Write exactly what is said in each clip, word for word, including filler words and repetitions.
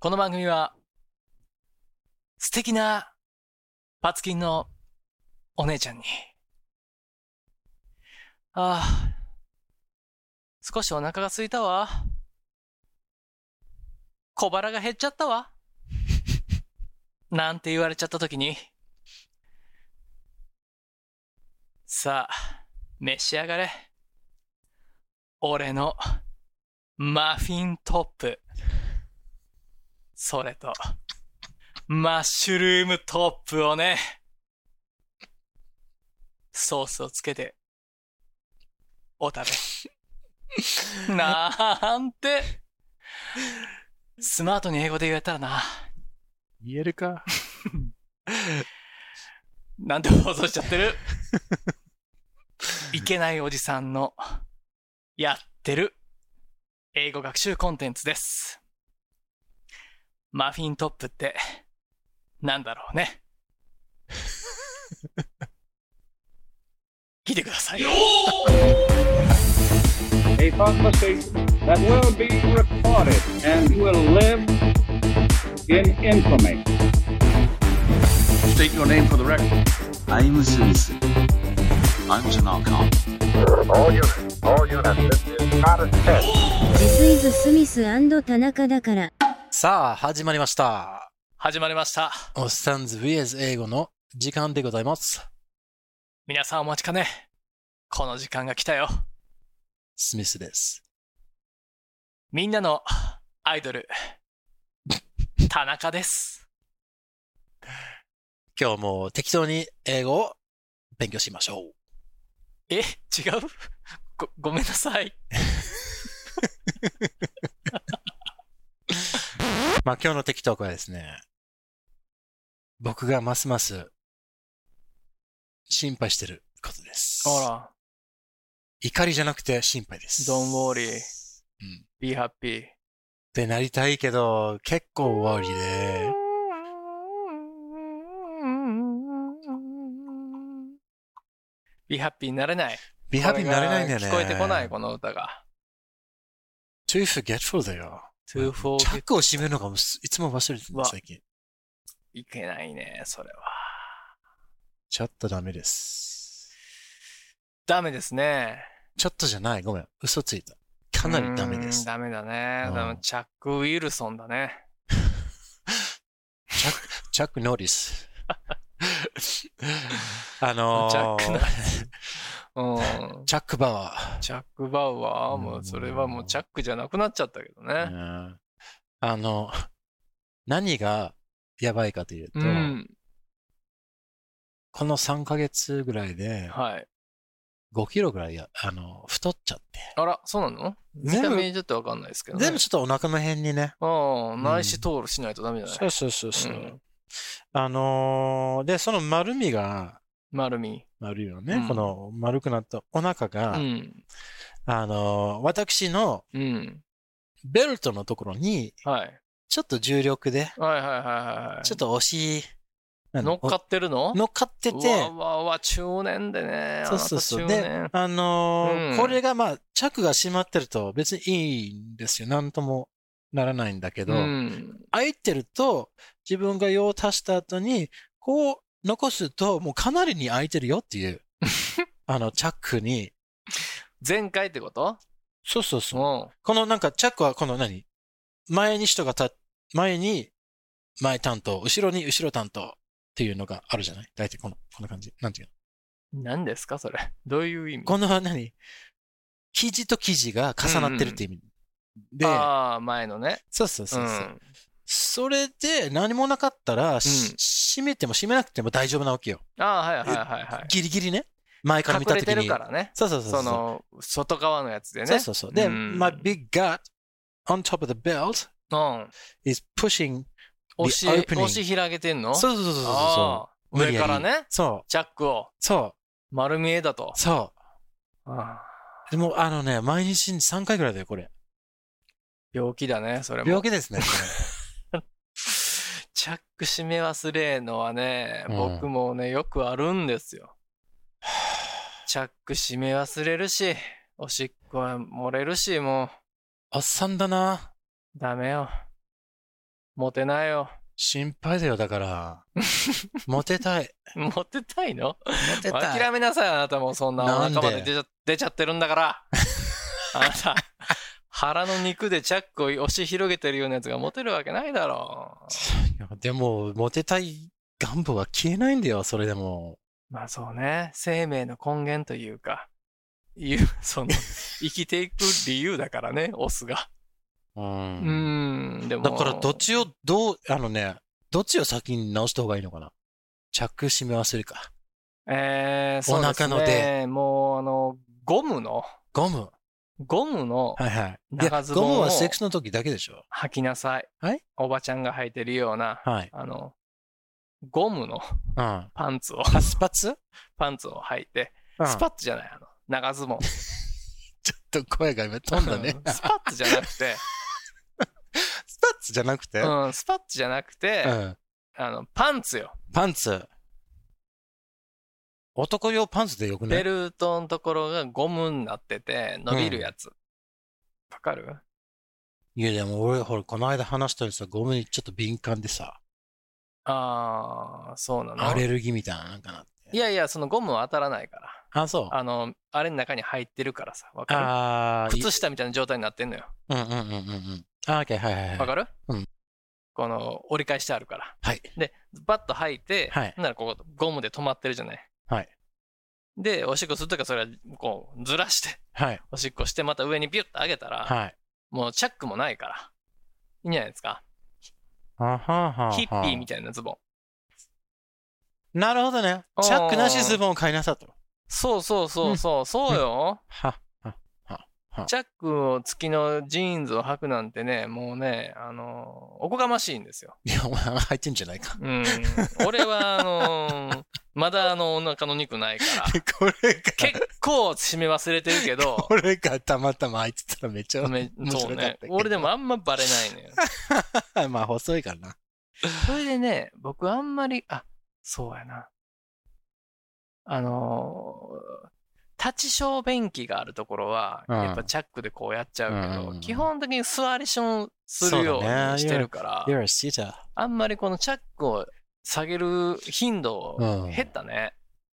この番組は素敵なパツキンのお姉ちゃんに、ああ、少しお腹が空いたわ。小腹が減っちゃったわ。なんて言われちゃったときに、さあ、召し上がれ。俺のマフィントップ。それと、マッシュルームトップをね、ソースをつけて、お食べ。なんて、スマートに英語で言えたらな。 言えるかなんて放送しちゃってる。いけないおじさんのやってる英語学習コンテンツです。マフィントップってなんだろうね。聞いてください。 A conversation that will be recorded and will live in infamy. State your name for the record. I'm Smith. I'm Tanaka. All units, all units, this is not a test. This is Smith 田中だから。 さあ、始まりました。 始まりました。 おっさんず ブイエス 英語の時間でございます。 皆さんお待ちかね。この時間が来たよ。 スミスです。 みんなのアイドル、田中です。 今日も適当に英語を勉強しましょう。 え、違う？ご、ごめんなさい。 まあ今日のテキトークはですね、僕がますます心配してることです。 ほら。 怒りじゃなくて心配です。 Don't worry. うん。 Be happy. ってなりたいけど、結構ワーリーで。 Be happy になれない。 Be happy になれないんだよね。 聞こえてこない、この歌が。 Too forgetful だよ。 Too forgetful. チャックを閉めるのがいつも忘れてる最近。 いけないね、それは。 ちょっとダメです。 ダメですね。 ちょっとじゃない。ごめん。嘘ついた。かなりダメです。 ダメだね。 うん、 でもチャック・ウィルソンだね。 チャック、チャック・ノーリス。あのー、 チャック・ノーリス。うん、 チャック・バワー。 チャック・バウアー、もうそれはもうチャックじゃなくなっちゃったけどね。 うん、あの、何がやばいかというと、 うん、 このさんかげつぐらいで、 はい、 ごキロぐらいやあの太っちゃって。 あら、そうなの？見た目ちょっとわかんないですけどね。 全部ちょっとお腹の辺にね。 ああ、内視通るしないとダメじゃない？ そうそうそうそう。うん、あのー、で、その丸みが、 丸み。 丸いよね、 うん。 この丸くなったお腹が、 うん、 あのー、私のベルトのところに、 はい、 ちょっと重力で、 はいはいはいはい、 ちょっと押し、 乗っかってるの？ 乗っかってて、 わわわ、中年でね。 そうそうそう。 で、 あのーうん、 これがまあ、チャックが閉まってると別にいいんですよ。なんともならないんだけど、うん、開いてると、自分が用を足した後に、こう残すと、もうかなりに開いてるよっていう、あの、チャックに。 前回ってこと？ そうそうそう。うん、このなんか、チャックはこの何？前に人が立っ、前に前担当、後ろに後ろ担当っていうのがあるじゃない？大体この、こんな感じ。なんていうの？何ですかそれ？どういう意味？ この何？生地と生地が重なってるって意味。うんうん、で、 ああ、前のね。 そうそうそうそう、うん。それで何もなかったら、うん、閉めても閉めなくても大丈夫なわけよ。 ああ、はいはいはいはい。 ギリギリね。前から見たときに。 隠れてるからね。 そうそうそうそう。 その、外側のやつでね。 そうそうそう。で、うん、my big gut on top of the belt、うん、is pushing the 押し、 opening. 押し開けてんの？ そうそうそうそうそう。 上からね。 そう。 チャックを。 そう。 丸見えだと。 そう。 ああ、 でも、あのね、毎日さんかいぐらいだよ、これ。 病気だね、それも。 病気ですね、これ。 チャック閉め忘れのはね、うん、僕もね、よくあるんですよ。チャック閉め忘れるし、おしっこは漏れるし、もう。 おっさんだな。 ダメよ。 モテないよ。 心配だよ、だから。モテたい。 モテたいの？ モテたい。 諦めなさい、あなたもそんなお腹まで出ちゃ、出ちゃってるんだから。あなた、腹の肉でチャックを押し広げてるようなやつがモテるわけないだろう。いやでも、モテたい願望は消えないんだよ、それでも。 まあそうね。生命の根源というか、いう、その、生きていく理由だからね、オスが。 うん。 うん、でも。 だからどっちをどう、あのね、どっちを先に直した方がいいのかな。チャック締め忘れか。 えー、そうですね。お腹の出。もう、あの、ゴムの。 ゴム。 ゴムのはいはい。 長ズボンをゴムはセックスの時だけでしょ。 履きなさい。 はい。 おばちゃんが履いてるような、 はい。 あの、ゴムのパンツを、うん、 スパッツパンツを履いて、 うん、 スパッツじゃない、あの、長ズボン。 ちょっと声が今飛んだね。 スパッツじゃなくて、 スパッツじゃなくてうん、スパッツじゃなくて、 うん、 あの、パンツよ。 パンツ。男用パンツでよくない？ ベルトのところがゴムになってて、伸びるやつ。わ、うん、かる？ いやでも俺、ほら、この間話したよりさ、ゴムにちょっと敏感でさ。 あー、そうなの？ アレルギーみたいななんかなって。 いやいや、そのゴムは当たらないから。 あ、そう。 あの、あれの中に入ってるからさ、わかる？ あ靴下みたいな状態になってんのよ。 うんうんうんうんうん。あ、オッケー、はいはいはい。 わかる？ うん。 この、折り返してあるから。 はい。 で、バッと履いて、 はい。 ならここ、ゴムで止まってるじゃない。 はい。 で、おしっこするときはそれは、こう、ずらして、 はい。 おしっこして、また上にビュッと上げたら、 はい。 もうチャックもないから、いいんじゃないですか。 あはは。 ヒッピーみたいなズボン。なるほどね。チャックなしズボンを買いなさと。 そうそうそうそう、うん、そうよ。 は、は、は。 チャックを付きのジーンズを履くなんてね、もうね、あのー、おこがましいんですよ。 いや、お前履いてんじゃないか。 うん。俺は、あのー、まだあの、お腹の肉ないから。 これが。 結構締め忘れてるけど。 これがたまたま入ってたらめっちゃ面白かった。 そうね。俺でもあんまバレないのよ。 まあ、細いからな。 それでね、僕あんまり、あ、そうやな。あのー、立ち小便器があるところは、うん、やっぱチャックでこうやっちゃうけど、うん、基本的に座りションするようにしてるから、 ね、あんまりこのチャックを下げる頻度減ったね。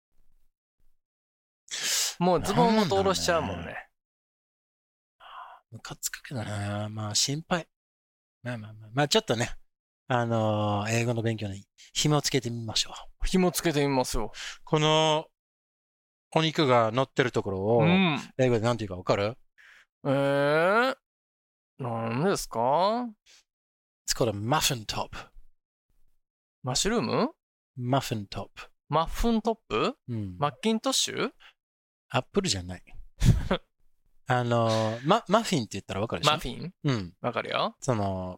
うん、もうズボンも通ろしちゃうもんね。 ムカつくけどな。まあ心配。まあまあまあ。まあちょっとね。あのー、英語の勉強に紐をつけてみましょう。 紐つけてみますよ。 このお肉が乗ってるところを、うん、英語で何て言うかわかる？ えー、何ですか？ It's called a muffin top. マッシュルーム？ マフィントップ。 マッフントップ？ うん。 マッキントッシュ？ アップルじゃない。あの、マ、マフィンって言ったらわかるでしょ？ マフィン？ うん。 わかるよ。 その、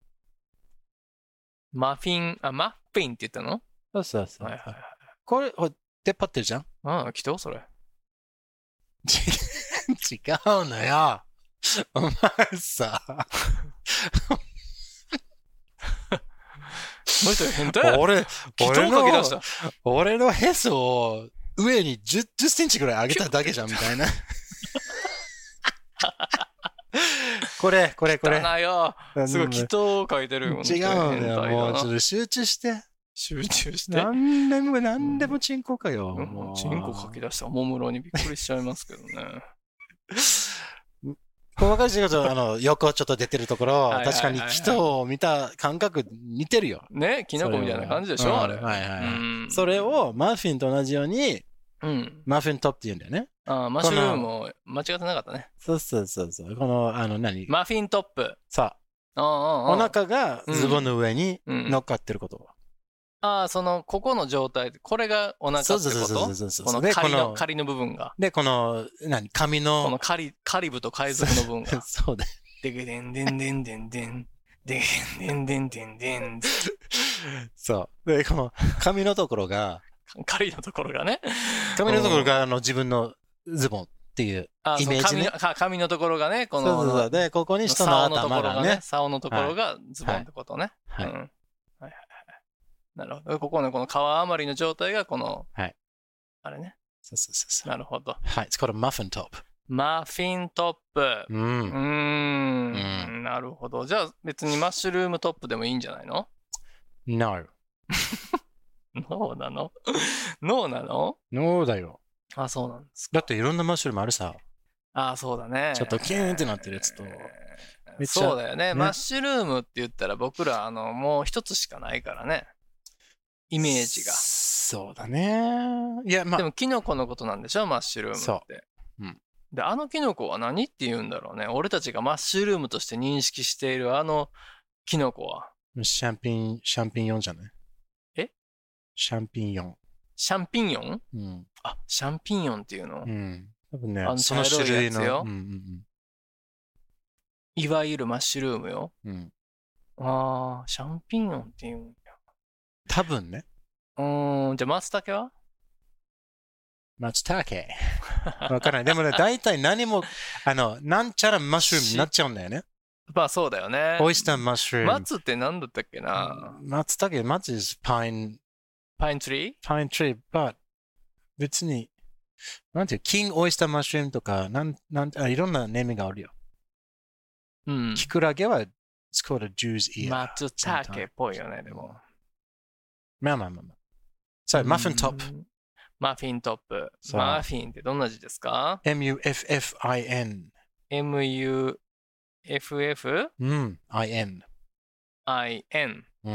マフィン、あ、マッフィンって言ったの？ そうそうそう。 はいはいはい。 これ、出っ張ってるじゃん？ ああ、来たそれ。 違うのよ。お前さ。 もう一人変態や。 俺、俺の、 俺のヘスを上にじゅっセンチぐらい上げただけじゃんみたいな。これ、これ、これ。 汚いよ。すごい祈祷を書いてる。 違うんだよ。もうちょっと集中して。 集中して。 何でも、何でもチンコかよ。 もうチンコ書き出したおもむろにびっくりしちゃいますけどね。 細かい仕事、あの、横ちょっと出てるところ、確かに祈祷を見た感覚似てるよ。 ね、キノコみたいな感じでしょあれ。 はいはい。それをマフィンと同じように、 うん、 マフィントップって言うんだよね。 ああ、マッシュルームも間違ってなかったね。 そうそうそうそう。この、あの何、 マフィントップ。 さあ。お腹がズボンの上に乗っかってること。うんうん、 ああ、その、ここの状態で、これがお腹ってこと？そうそうそうそうそう。この仮の、仮の部分が。 で、この、何、髪の。 このカリ、カリブと海賊の部分が。 そうだ。 でけでんでんでんでんでん。でけでんでんでんでん。 そう。で、この髪のところが、 狩りのところがね。 髪のところが、あの、自分のズボンっていうイメージね。 髪, 髪のところがね、この。 そうそうそう。で、ここに人の頭がね。 竿のところがズボンってことね。はい。はい。うん、はいはいはい。なるほど。ここのこの皮余りの状態がこの。 はい。 あれね。 そうそうそうそう。 なるほど。 はい。It's called a muffin top. マフィントップ。 うん。 うーん。うん、なるほど。じゃあ別にマッシュルームトップでもいいんじゃないの？ No。 ノーなの？ノーなの？ No だよ。 あ、そうなんですか。 だっていろんなマッシュルームあるさ。 あ、そうだね。 ちょっとキューンってなってるやつと。めっちゃそうだよね。 ねマッシュルームって言ったら僕ら、あの、もう一つしかないからね。イメージが。 そうだね。いや、まあ。 でもキノコのことなんでしょ、マッシュルームって。 そう。うん。 で、あのキノコは何って言うんだろうね。俺たちがマッシュルームとして認識しているあのキノコは。 シャンピン、シャンピンヨンじゃない？ え？ シャンピンヨン。 シャンピンヨン？ うん。 あ、シャンピンヨンっていうの？ うん。多分ね、 あのその種類の。 茶色いやつよ。 うんうんうん。 いわゆるマッシュルームよ。 うん。 あー、シャンピンヨンっていうんや。 多分ね。 うーん、じゃあ松茸は？ 松茸。わからない。でもね、大体何も、あの、なんちゃらマッシュルームになっちゃうんだよね。 まあそうだよね。 オイスターマッシュルーム。 松って何だったっけな？ 松茸、松 is pine, パインツリー？ pine tree, but 別に、なんていう、キングオイスターマッシュルームとか、なん、なんあ、いろんなネーミングがあるよ。 うん。 キクラゲは、it's called a Jew's ear. 松茸っぽいよね、でも。 まあまあまあまあ。そう、マフィントップ。 マフィントップ。 そうマフィンってどんな字ですか？ エムユーエフエフアイエヌ。 エムユーエフエフうん、アイエヌ。 アイエヌ。 うん。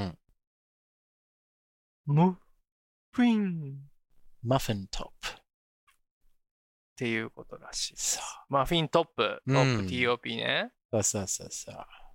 ムフィン。 マフィントップ。 っていうことらしい。 そう。 マフィントップ。トップ、 うんティーオーピー ね。 そうそうそうそう。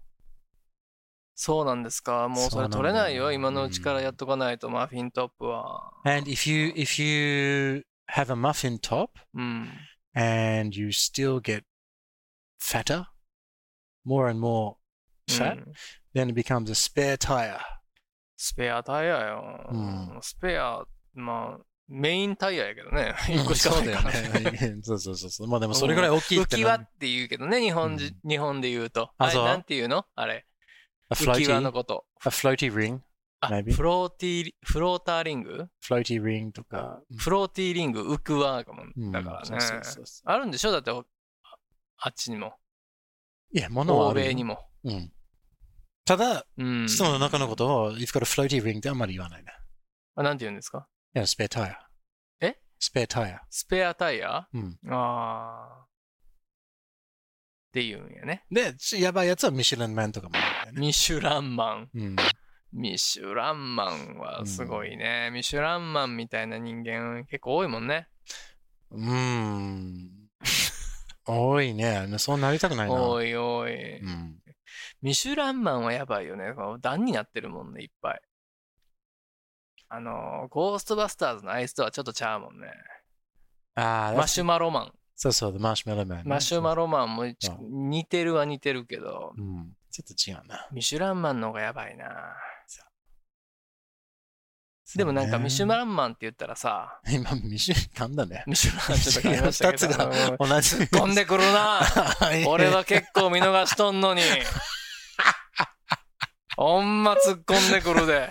そうなんですか。もうそれ取れないよ。今のうちからやっとかないと、マフィントップは。 And if you, if you have a muffin top うん。 and you still get fatter, more and more う fat, ん then it becomes a spare tire. スペアタイヤよ。 うんスペア、まあ、メインタイヤやけどね。一個しかないからそうだよね。そうそうそうそう。まあでもそれぐらい大きいって浮き輪って言うけどね、日本人、日本で言うと。あれ、 あそうなんて言うのあれ。 A 浮き輪 floaty, のこと。 a floaty ring, あ、 maybe. フローティー、フローターリング floaty ring とか。 フローティーリング、浮く輪かも。 うんだからね。 そうそうそうそうあるんでしょだって、ああっちにも。 いや、物はあ欧るよ米にも。 うん。ただ、 うん。 質問の中のことを、you've got a floaty ring ってあんまり言わないね。 あ、なんて言うんですか？ いや、スペアタイヤ。 えスペアタイヤ。 スペアタイヤ？ うん。 あー。って言うんやね。 で、やばいやつはミシュランマンとかもあるんだよね。 ミシュランマン。 うん。 ミシュランマンはすごいね。ミシュランマンみたいな人間結構多いもんね。 うーん。多いね。そうなりたくないな。 多い多い。 うん。 ミシュランマンはやばいよね。この段になってるもんね、いっぱい。あの、ゴーストバスターズのアイスとはちょっとちゃうもんね。 ああ、 マシュマロマン。 そうそう、マシュマロマンね。 マシュマロマンもちそう似てるは似てるけど、 うん。ちょっと違うな。 ミシュランマンの方がやばいな。 そうでもなんかミシュねランマンって言ったらさ、 今、ミシュ噛んだね。 ミシュランちょっと噛みましたけど、 二つが同じ。 突っ込んでくるな。俺は結構見逃しとんのに。ほんま突っ込んでくるで。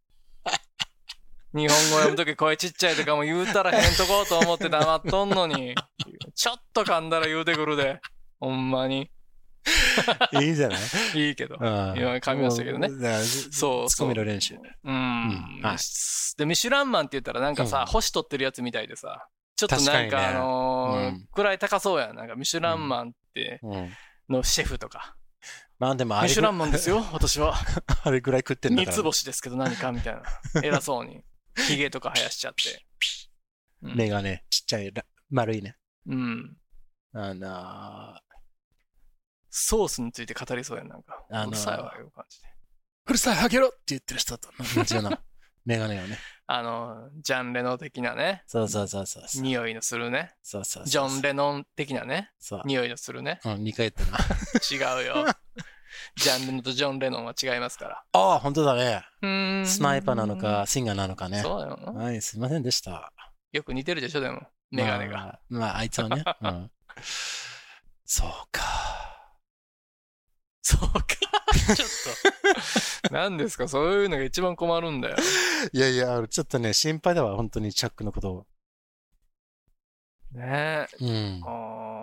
日本語読むとき声ちっちゃいとかも言うたらへんとこうと思って黙っとんのに。ちょっと噛んだら言うてくるで。ほんまに。 いいじゃないいいけど。 うん今噛みましたけどね。 もうだからそうそうツッコミの練習。 うん。 はいで、ミシュランマンって言ったらなんかさ、 うん星取ってるやつみたいでさ、ちょっとなんか確かにねあのーうん位高そうやん。なんかミシュランマンってうん。 のシェフとか。 まあでもあれぐらいミシュランマンですよ、私は。 あれぐらい食ってんだから。 三つ星ですけど何かみたいな。偉そうに。ヒゲとか生やしちゃって。うん目がね、ちっちゃいら、丸いね。 うん。 あのー、 ソースについて語りそうやん、なんか。 あのーうるさいわ、いう感じで。 うるさい、ハゲろって言ってる人と同じようなメガネをね。 あの、ジャン・レノ的なね、 そうそうそうそうそう。 匂いのするね。 そうそうそう。 ジョン・レノン的なね、 そう。 匂いのするね。 うん、にかい言ったな。 違うよ。ジャン・レノンとジョン・レノンは違いますから。 ああ、本当だね。 うーんスナイパーなのか、シンガーなのかね。 そうよ。 はい、すいませんでした。 よく似てるでしょ、でも。メガネが。 まあ。まあ、あいつはね。うん。そうか。 そうか。ちょっと。何ですか、そういうのが一番困るんだよ。 いやいや、ちょっとね、心配だわ、本当にチャックのことを。 ねえ。 うん。 あ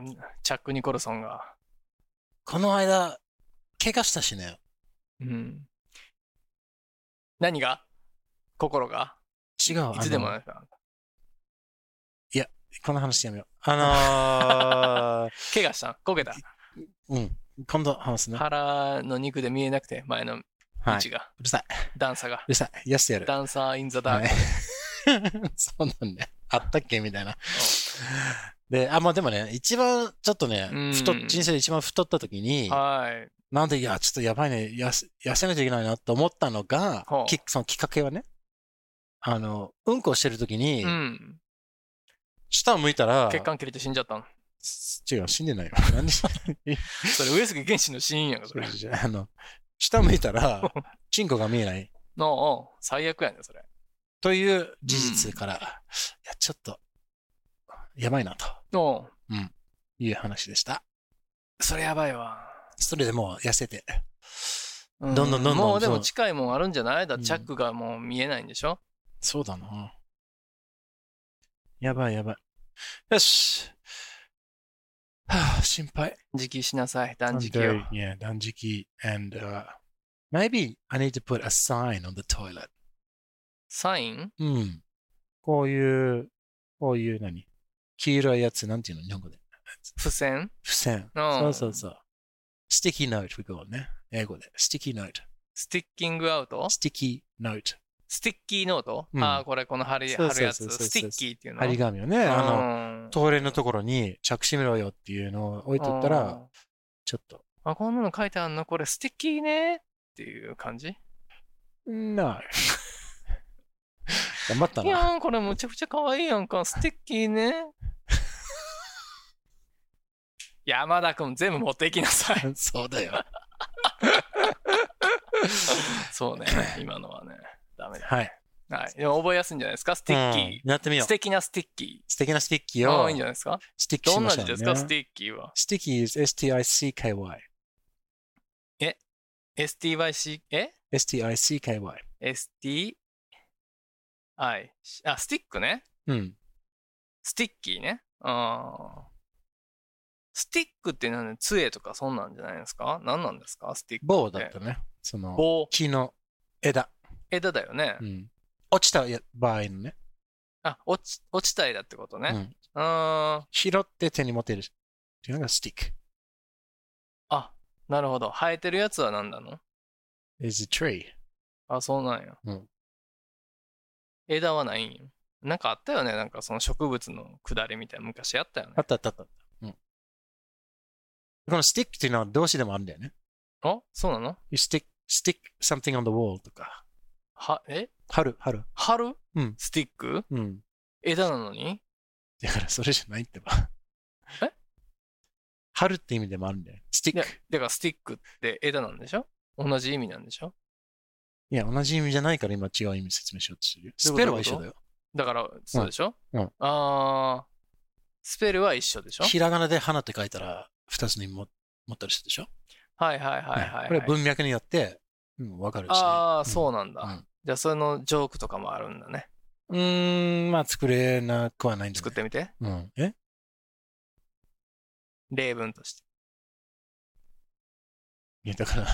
チャック・ニコルソンが。 この間、怪我したしね。 うん。何が心が違う。 いつでもないか。 いや、この話やめよう。あのー、 怪我したんこけた。 うん。今度話すね。 腹の肉で見えなくて、前の道が。 はい、うるさい。 段差が。 うるさい。やってやる。 ダンサー・イン・ザ・ダーク。 はい、そうなんね。あったっけみたいな。で、あ、まあでもね、一番ちょっとね、太っ、人生で一番太った時に、 はい。 なんで、いや、ちょっとやばいね、やす痩せないといけないなと思ったのが、きそのきっかけはね、あの、うんこしてる時に、うん、下を向いたら、 血管切れて死んじゃったの。 違う、死んでないよ。何それ、上杉謙信の死因やんか、それ。 あの、下向いたら、チンコが見えない。 の、最悪やねん、それ。 という事実から、うん、いや、ちょっと、やばいなと。うん。いう話でした。 それやばいわ。 それでもう痩せて。どんどんどんどん。 もうでも近いもんあるんじゃないだってチャックがもう見えないんでしょ、うん、 そうだな。やばいやばい。よし。はぁ、心配。 断食しなさい、断食を。 Yeah, 断食。And, uh, maybe I need to put a sign on the toilet. サイン？ うん。こういう、こういう何黄色いやつ、なんていうの日本語で。 付箋？ 付箋。そうそうそう。スティッキーノート、we go ね。英語で。スティッキーノート。 スティッキングアウト？ スティッキーノート。 スティッキーノート、うん、ああ、これこの貼るやつ。スティッキーっていうの。 貼り紙をね、あの、トイレのところに着信めろよっていうのを置いとったら、ちょっと。 あ、こんなの書いてあんのこれスティッキーねっていう感じ？ No 頑張ったな。 いやー、これむちゃくちゃ可愛いやんか。スティッキーね。山田くん全部持っていきなさい。 そうだよ。 そうね、今のはね。ダメだ。 はい。 はい。でも覚えやすいんじゃないですか、スティッキー。うん、 やってみよう。 素敵なスティッキー。 素敵なスティッキーを。 いいんじゃないですか。 スティッキーしましょうね。 どんな字ですか、スティッキーは。 スティッキー is エスティーアイシーケーワイ。 え エスティーワイシー、えエスティーアイシーケーワイ。 エスティーアイ、あ、スティックね。 うん。 スティッキーね。ああ。スティックって何？杖とかそんなんじゃないですか？何なんですか？スティック。 棒だったね。その、 棒。 木の枝。 枝だよね。 うん。落ちた場合のね。 あ、落ち、落ちた枝ってことね。 うん。 あ拾って手に持てるっていうのがスティック。 あ、なるほど。生えてるやつは何なの？ is a tree. あ、そうなんや。 うん。 枝はないんよ。なんかあったよね。なんかその植物の下りみたいな昔あったよね。 あったあったあった。うん。このスティックっていうのは動詞でもあるんだよね。 あ、そうなの？ You stick, stick something on the wall とか。 は、え？ 春、春。 春？ うん。 スティック？ うん。 枝なのに？ だからそれじゃないってば。 え？ 春って意味でもあるんだよ。スティック。 だからスティックって枝なんでしょ？同じ意味なんでしょ？ いや、同じ意味じゃないから今違う意味説明しようとするよ。スペルは一緒だよ。 だから、そうでしょ？ うん。うん、 あー、スペルは一緒でしょ？ ひらがなで花って書いたら二つの意味も持ったりするでしょ？ はいはいはいはい、はい。 これ文脈によって、うん、分かるし。 ああ、そうなんだ。 うん、 じゃあ、それのジョークとかもあるんだね。 うーん、まあ作れなくはないんだ、ね。 作ってみて。 うん。え？ 例文として。 いや、だから。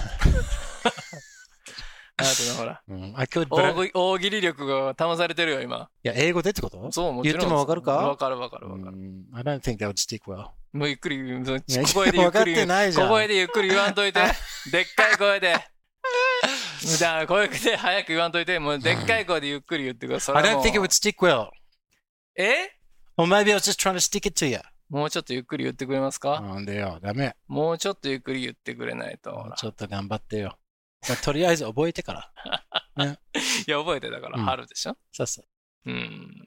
あとね、ほら。 うん、I could, 大, 大喜利力が試されてるよ、今。 いや、英語でってこと？ そう、もちろん。 言ってもわかるか？ わかるわかるわかる。 I don't think that would stick well. もうゆっくり、小声でゆっくり、小声でゆっくり言わんといて。でっかい声で。だから声で早く言わんといて、もうでっかい声でゆっくり言ってください。 I don't think it would stick well. え？ Or maybe I was just trying to stick it to you. もうちょっとゆっくり言ってくれますか？ なんでよ、ダメ。 もうちょっとゆっくり言ってくれないと。 もうちょっと頑張ってよ。まあ、とりあえず覚えてから。ね、 いや、覚えてだから、春でしょ、うん、 そうそう。 うん。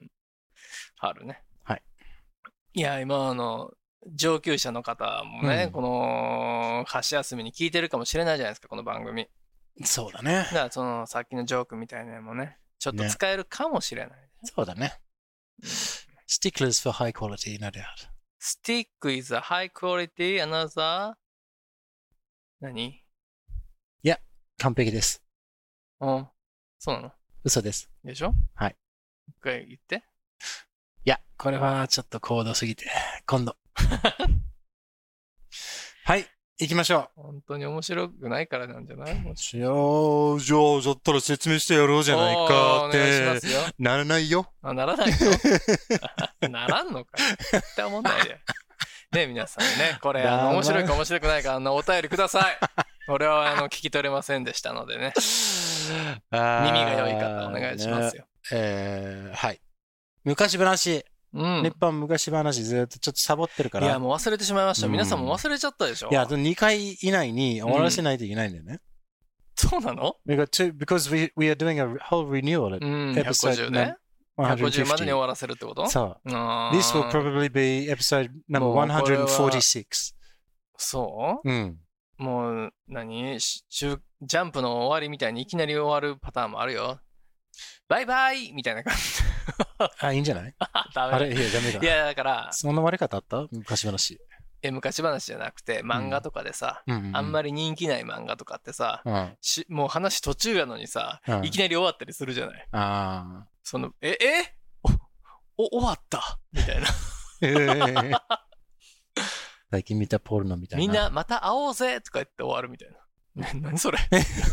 春ね。 はい。 いや、今、あの、上級者の方もね、うん、この、箸休みに聞いてるかもしれないじゃないですか、この番組。 そうだね。 だから、その、さっきのジョークみたいなのもね、ちょっと使えるかもしれない、ね。 そうだね。Sticklers for high quality, no doubt. Stick is a high quality, another? 何？ いや、完璧です。 うん。そうなの？ 嘘です。 でしょ？ はい。 一回言って。 いや、これはちょっと高度すぎて、今度。 はい、行きましょ本当に面白くないからなんじゃないもう。いやー、じゃあ、だったら説明してやろうじゃないかっおーお願いしまて。 すよ。 ならないよ。 あ、ならないのならんのか。絶対思んないで。ね、皆さんね、これ、あの、面白いか面白くないか、あの、お便りください。俺は、あの、聞き取れませんでしたのでね。耳が良い方、お願いしますよ。 ね、えー、はい。昔話。 うん。 日本昔話ずっとちょっとサボってるから。 いや、もう忘れてしまいました。 うん、 皆さんも忘れちゃったでしょ。 いや、あとにかい以内に終わらせないといけないんだよね。 うん、そうなの because, because we, we are doing a whole renewal at うん、ひゃくごじゅうね。ひゃくごじゅうまでに終わらせるってことそう。This will probably be episode number one forty-six. そううん。 もう何、ジャンプの終わりみたいにいきなり終わるパターンもあるよ。バイバイみたいな感じ。 あ、いいんじゃないダメあれ、いや、ダメだ。 いや、だから、 そんな終わり方あった昔話。 え、昔話じゃなくて、漫画とかでさ、うんうんうん、あんまり人気ない漫画とかってさ、うん、しもう話途中やのにさ、うん、いきなり終わったりするじゃない。 あその、え、えお、お、終わったみたいな。えー、 最近見たポルノみたいな。 みんな、また会おうぜとか言って終わるみたいな。ね、何それ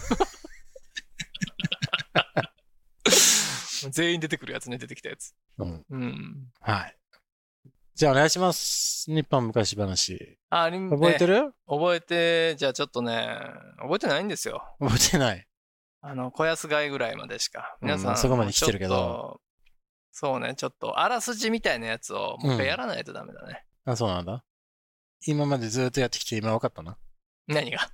全員出てくるやつね、出てきたやつ。 うん。 うん。 はい。じゃあお願いします。日本昔話。 あ、 覚えてる、ね、 覚えて、じゃあちょっとね、覚えてないんですよ。 覚えてない。 あの、小安貝ぐらいまでしか。皆さん、うん、 そこまで来てるけど。 そうね、ちょっと、あらすじみたいなやつをもう一回やらないとダメだね。 うん、あ、そうなんだ。今までずっとやってきて今分かったな。 何が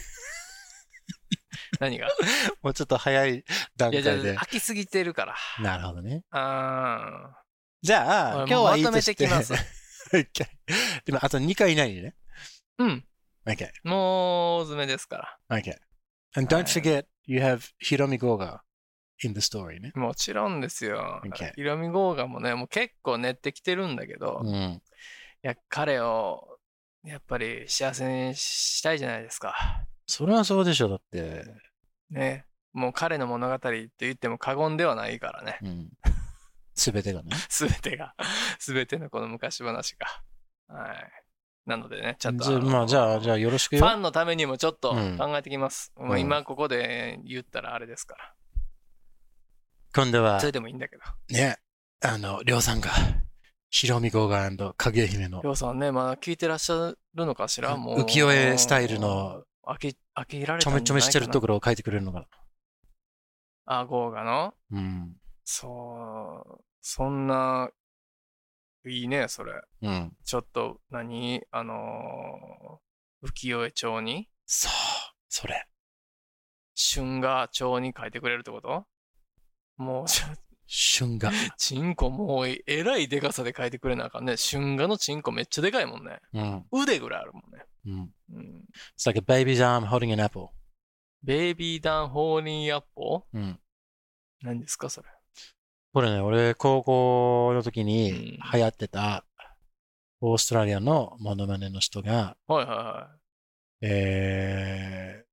何がもうちょっと早い段階で。いや、じゃあ飽きすぎてるから。 なるほどね。 あじゃあ、今日はいいとして。 まとめてきます。 でも、あとにかい以内にね。 うん。 Okay. もう、大詰めですから。 Okay. And don't forget, you have Hiromi Goga in the story ね。 もちろんですよ。 Okay. ヒロミゴーガもね、もう結構練ってきてるんだけど、 うん、 いや、彼を、やっぱり幸せにしたいじゃないですか。 それはそうでしょ、だって。 ね。もう彼の物語って言っても過言ではないからね。 すべ、うん、てがね。 すべてが。すべてのこの昔話が。はい。なのでね、ちょっと。 じゃあ、まあ、じゃあ、じゃあよろしくよ。 ファンのためにもちょっと考えてきます。うん、もう今ここで言ったらあれですから。 今度は。 それでもいいんだけど。 ね。あの、りょうさんが。ヒロミゴーガー&影姫の。 りょうさんね、まだ聞いてらっしゃるのかしらもう。 浮世絵スタイルの。 飽き、飽きられたんじゃないかな。 ちょめちょめしてるところを書いてくれるのかな。 あ、ゴーガのうん。 そう、そんな、いいね、それ。 うん。 ちょっと、何あのー、浮世絵帳にそう、それ。 春画帳に書いてくれるってこと？もう、 春画。 チンコもう、えらいでかさで書いてくれなあかんね。春画のチンコめっちゃでかいもんね。 うん。 腕ぐらいあるもんね。 うん。うん、It's like a baby's arm holding an apple. ベイビーダンホーリーアッポー？うん。 何ですか、それ。 これね、俺、高校の時に流行ってた、オーストラリアのモノマネの人が、 はいはいはい。 え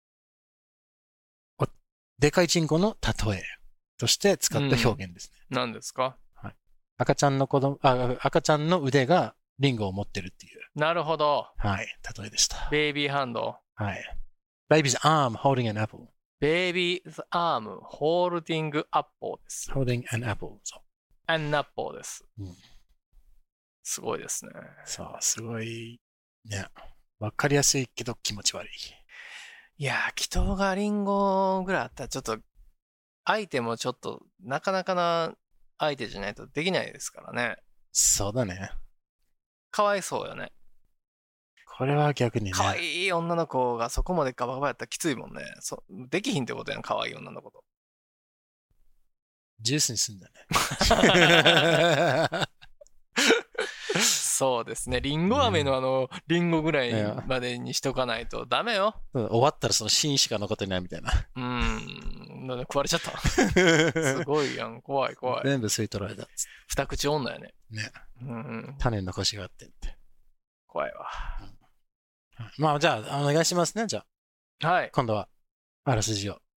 ー、でかいチンコの例えとして使った表現ですね。 うん、何ですか？ はい。赤ちゃんの子供、あ、赤ちゃんの腕がリンゴを持ってるっていう。 なるほど。 はい、例えでした。 ベイビーハンド。 はい。Baby's arm holding an apple. Baby's arm holding apple です。 holding an apple. そう。 an apple です。 うん。 すごいですね。 そう、すごい、ね。わかりやすいけど気持ち悪い。 いやー、祈祷がリンゴぐらいあったらちょっと、相手もちょっと、なかなかな相手じゃないとできないですからね。 そうだね。 かわいそうよね。 これは逆にね。 かわいい女の子がそこまでガバガバやったらきついもんね。そできひんってことやん、かわいい女の子と。 ジュースにすんだね。 そうですね。リンゴ飴のあの、リンゴぐらいまでにしとかないとダメよ。 終わったらその芯しか残ってないみたいな。 うーん。なんで食われちゃった。すごいやん。怖い怖い。 全部吸い取られた。 二口女やね。 ね。 うん、 種残しがあってって。 怖いわ。 うん、まあ、じゃあ、お願いしますね、じゃあ。はい。 今度は、あらすじを。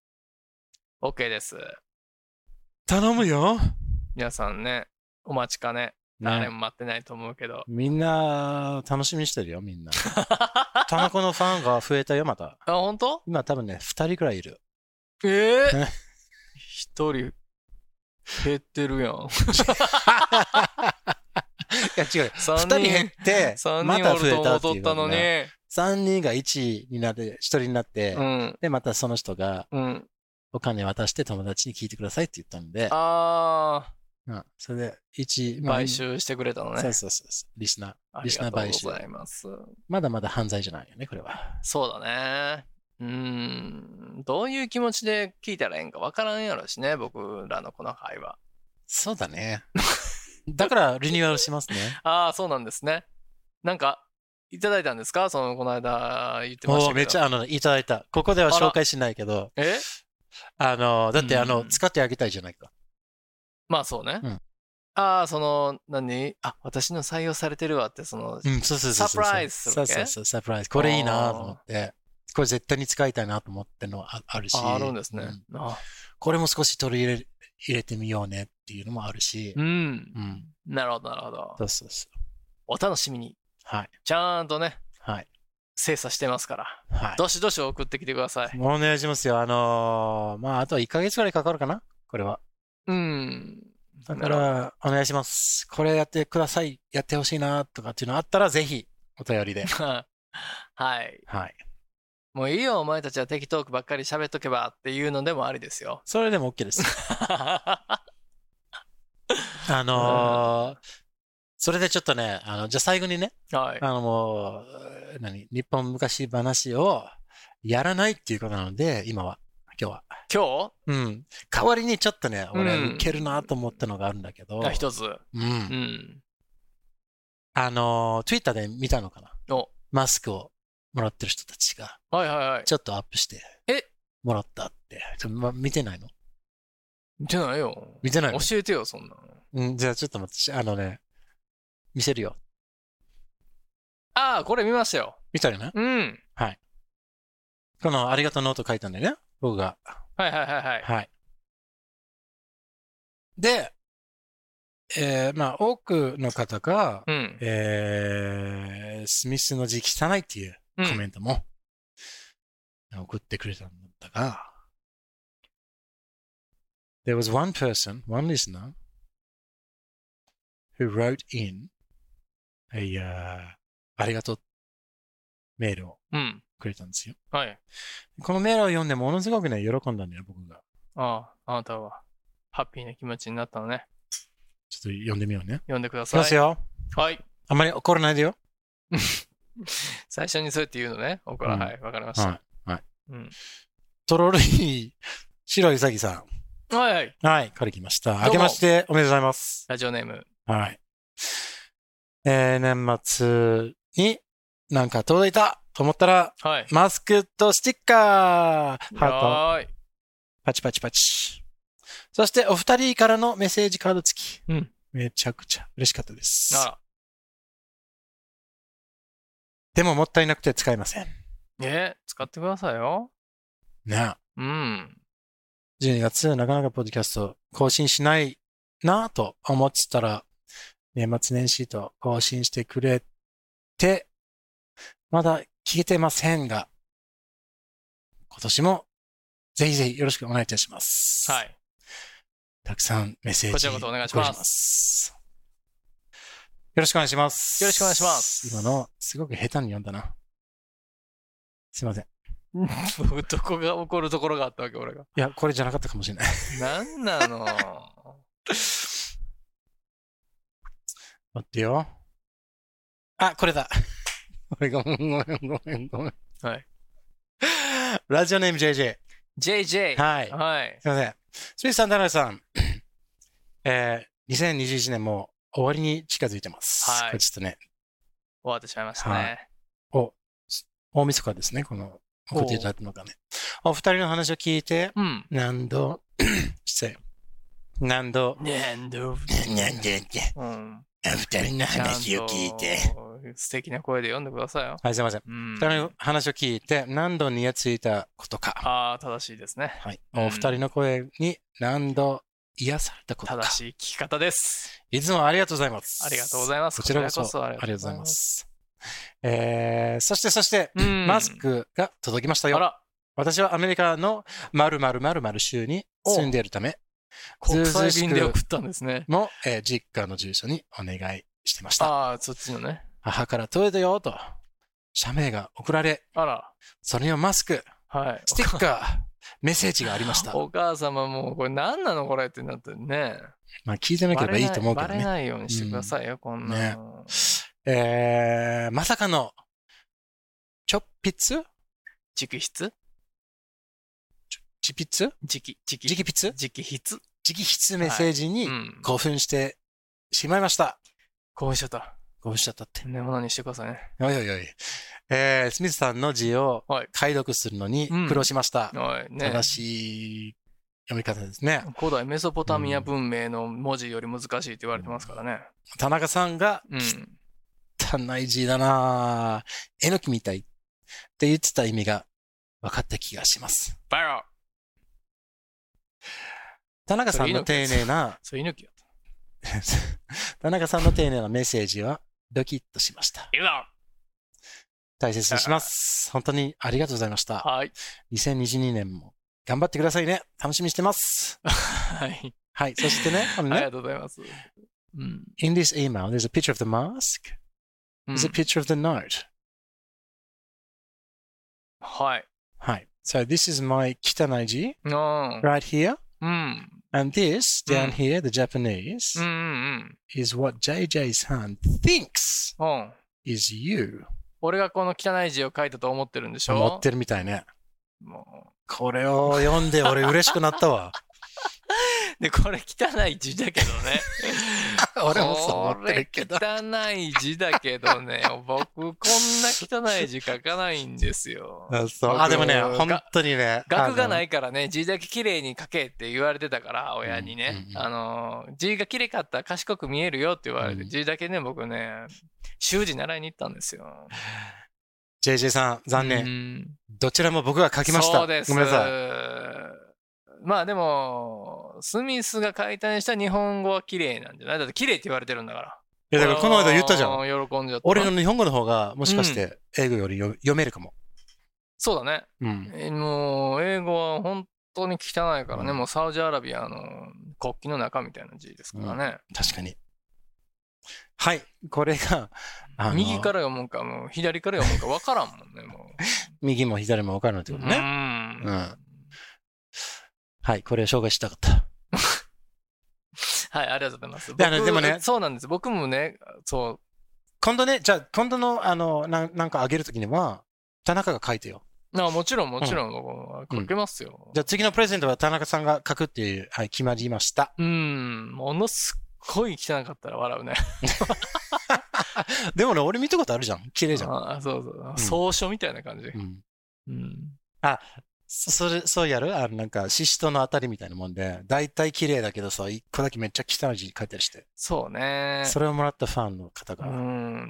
OK です。 頼むよ。 皆さんね、お待ちかね。 誰も待ってないと思うけど。 みんな、楽しみにしてるよ、みんな。田中のファンが増えたよ、また。 あ、本当？ 今多分ね、二人くらいいる。 ええー、一人、減ってるやん。 いや違う。二人減って、また増えたっていうのね。三人が一になって、一人になって、うん、で、またその人が、お金渡して友達に聞いてくださいって言ったんで。 ああ。 うん。それで、一、 買収してくれたのね。 そうそうそう。リスナー。リスナー買収。 ありがとうございます。 まだまだ犯罪じゃないよね、これは。 そうだね。うーん。どういう気持ちで聞いたらええんかわからんやろしね、僕らのこの会話。 そうだね。だからリニューアルしますね。 ああ、そうなんですね。なんか、いただいたんですか？その、この間言ってましたけど。 おめっちゃ、あの、いただいた。ここでは紹介しないけど。 え？ あの、だって、あの、使ってあげたいじゃないか。 まあそうね。 うん、 ああ、その、何？あ、私の採用されてるわって、その、 うん、そうそうそうサプライズするわけ？ そうそうそう、サプライズ。これいいなと思って。これ絶対に使いたいなと思ってのはあるし。 あ、あるんですね。 うん、あこれも少し取り入れ、入れてみようねっていうのもあるし。 うん。うん。なるほど、なるほど。 そうそうそう。 お楽しみに。 はい。 ちゃんとね。 はい。 精査してますから。 はい。 どしどし送ってきてください。 お願いしますよ。あのー、まあ、あとはいっかげつぐらいかかるかなこれは。 うん。 だから、お願いします。これやってください。やってほしいなとかっていうのあったら、ぜひ、お便りで。 はい。 はい。 もういいよ、お前たちはテキトークばっかり喋っとけばっていうのでもありですよ。 それでも OK です。あのー、それでちょっとね、あの、じゃあ最後にね、 はい。 あのもう、何、日本昔話をやらないっていうことなので、今は、今日は。 今日？ うん。代わりにちょっとね、俺、ウケるなと思ったのがあるんだけど。 あ、一つ。 うん。 うん。 あの、Twitter で見たのかな？ お。 マスクをもらってる人たちが。 はいはいはい。 ちょっとアップして。 え？ もらったって。ちょま、見てないの？ 見てないよ。 見てないの？ 教えてよ、そんなの。 うん、じゃあちょっと待って、あのね、見せるよ。 ああ、これ見ましたよ。 見たよね？ うん。 はい。このありがとうノート書いたんだよね。僕が。 はいはいはいはい。 はい。で、えー、まあ多くの方が、 うん、 えー、スミスの字汚いっていうコメントも、うん、送ってくれたんだが、There was one person, one listener, who wrote in a、uh, ありがとうメールをくれたんですよ。 うん、はい。 このメールを読んでものすごくね、喜んだんだよ、僕が。 ああ、あなたはハッピーな気持ちになったのね。 ちょっと読んでみようね。 読んでください。 いきますよ。 はい。 あんまり怒らないでよ。 最初にそうやって言うのね。僕は、うん、はい、わかりました。 はい。はい。 うん。 とろり、白いうさぎさん。はいはい。 はい、から来ました。明けましておめでとうございます。 ラジオネーム。 はい。えー、年末になんか届いたと思ったら、 はい、 マスクとスティッカーハートパチパチパチ。そしてお二人からのメッセージカード付き。 うん。 めちゃくちゃ嬉しかったです。 あら。 でももったいなくて使えません。 えー、使ってくださいよ。 ね。 うん。 じゅうにがつなかなかポッドキャスト更新しないなぁと思ってたら、年末年始と更新してくれて、まだ聞けてませんが、今年もぜひぜひよろしくお願いいたします。 はい。 たくさんメッセージ。 こちらこそお願いします。 よろしくお願いします。 よろしくお願いします。 今の、すごく下手に読んだな。すいません。 どこが怒るところがあったわけ、俺が。 いや、これじゃなかったかもしれない。 なんなの待ってよ。あ、これだ。ごめんごめんごめんごめんごめん。 はい。 ラジオネーム ジェイジェイ。 ジェイジェイ。 はい。 はい。 すいません。スミスさん、田中さん。えー、にせんにじゅういちねんも終わりに近づいてます。はい。これちょっとね。 終わってしまいましたね。はい、 お、大晦日ですね、この、送っていただくのがね。お二人の話を聞いて、 うん、 何度、失礼。何度、 何度、 何度って、うん、二人の話を聞いて、 素敵な声で読んでくださいよ。 はい、すいません。うん、二人の話を聞いて、何度にやついたことか。 ああ、正しいですね。 はい。お二人の声に何度癒されたことか。 正しい聞き方です。 いつもありがとうございます。 ありがとうございます。 こちらこそこちらこそありがとうございます。えー、そしてそして、マスクが届きましたよ。 あら。 私はアメリカの〇〇〇〇州に住んでいるため、 国際便で送ったんですね。 も、えー、実家の住所にお願いしてました。 ああ、そっちのね。 母から届いたよと、社名が送られ、 あら。 それにはマスク、 はい、 ステッカー、メッセージがありました。 お母様も、これ何なのこれってなってね。 まあ聞いてなければいいと思うけどね。 バレないようにしてくださいよ、うん、こんなの。 ね、えー、まさかの、ちょっぴつ直筆直筆直、 直筆直筆直筆メッセージに興奮してしまいました。 興奮しちゃった。 興奮しちゃったって。 ね、ものにしてくださいね。 おいおいおい。えー、スミスさんの字を解読するのに苦労しました。 うんね、 正しい読み方ですね。 古代メソポタミア文明の文字より難しいって言われてますからね。 うん、田中さんが、うん、汚い字だなぁ。えのきみたいって言ってた意味が分かった気がします。 バロ田中さんの丁寧な、 それ猪木やった。田中さんの丁寧なメッセージはドキッとしました。大切にします。本当にありがとうございました。 はい。 にせんにじゅうにねんも頑張ってくださいね。楽しみにしてます。 はい。 はい。そしてね、 ありがとうございます。 うん、In this email, there's a picture of the mask. There's a picture of the note. はい。 はい。So this is my 汚い字 right here. うん。 And this down here, the Japanese, is what ジェイジェイ さん thinks is you. 俺がこの汚い字を書いたと思ってるんでしょ？ 思ってるみたいね。 もうこれを読んで俺嬉しくなったわ。 で、これ汚い字だけどね。 俺もそう思ってるけど。 これ汚い字だけどね、僕こんな汚い字書かないんですよ。 あ、そう。あ、でもね、本当にね。 学がないからね、字だけ綺麗に書けって言われてたから、親にね。うんうんうん、あの、字が綺麗かったら賢く見えるよって言われて、うん、字だけね、僕ね、習字習いに行ったんですよ。 ジェイジェイ さん、残念。うん、どちらも僕が書きました。 そうです。 ごめんなさい。 まあでも、スミスが書いたにした日本語は綺麗なんじゃない？だって綺麗って言われてるんだから。 いやだからこの間言ったじゃん。 喜んじゃった。 俺の日本語の方がもしかして英語より読めるかも。 そうだね。 うん、 えもう英語は本当に汚いからね、うん、もうサウジアラビアの国旗の中みたいな字ですからね。 うん、確かに。はい。これが、 右から読むか、もう左から読むか分からんもんね、もう。 右も左も分からんってことね。 うん。 うんはい、これを紹介したかった。 はい、ありがとうございます。 僕でもね、 そうなんです。僕もね、そう。 今度ね、じゃあ、今度の、あの、ななんかあげるときには、田中が書いてよ。 あもちろん、もちろん、うん、書けますよ、 うん。じゃあ、次のプレゼントは田中さんが書くっていう、はい、決まりました。 うん、ものすっごい汚かったら笑うね。 でもね、俺見たことあるじゃん。綺麗じゃん。 あそうそう。草、うん、書みたいな感じ。うん。 うん、あ、それ、そうやるあの、なんか、シシトのあたりみたいなもんで、だいたい綺麗だけどさ、一個だけめっちゃ汚い字書いたりして。 そうね。 それをもらったファンの方が、 うん。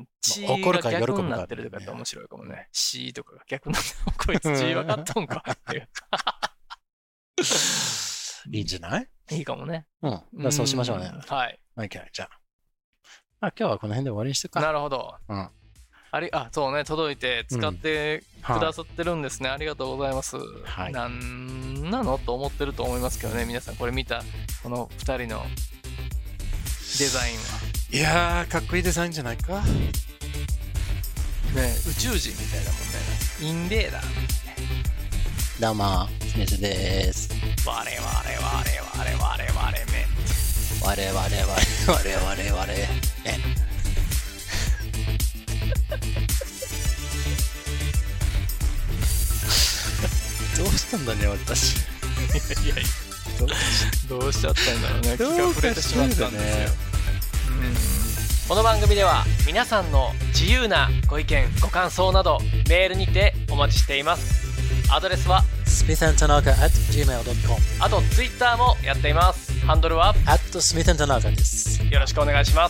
まあ、怒るか喜ぶか、ね。 逆になってるとかって面白いかもね。C とかが逆になってる。こいつ字分かっとんかっていう。 いいんじゃない？ いいかもね。 うん。じゃあそうしましょうね。 はい。 OK、じゃあ。あ、今日はこの辺で終わりにしてか。 なるほど。 うん。 あり、あ、そうね、届いて使ってくださってるんですね。うんはい、ありがとうございます。はい、なんなのと思ってると思いますけどね、皆さんこれ見た、このふたりのデザインは。 いやー、かっこいいデザインじゃないか。ね宇宙人みたいなもんね。インベーダー。 どうも、スミスです。 我々我々我々我々め。 我々我々我々我々め。どうしたんだね、私。 いやいや、どうしちゃったんだろうね。気が触れてしまったんですよ。うん、この番組では皆さんの自由なご意見、ご感想などメールにてお待ちしています。アドレスはスミス アンド タナカ アット ジーメール ドット コムあとツイッターもやっています。ハンドルはアット スミス アンド タナカ です。 よろしくお願いします。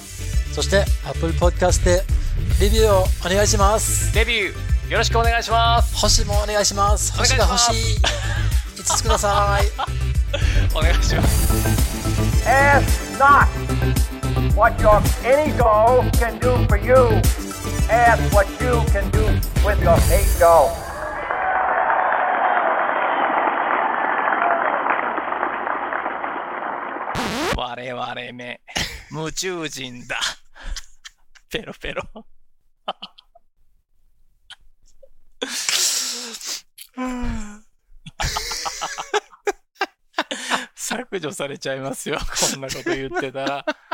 そして Apple Podcast でレビューをお願いします。 レビューよろしくお願いします。 星もお願いします。星が欲しい。いつつください。 お願いします。 Ask not what your any dough can do for you. Ask what you can do with your paid dough. 我々め夢中人だ。ペロペロ。削除されちゃいますよ。こんなこと言ってたら。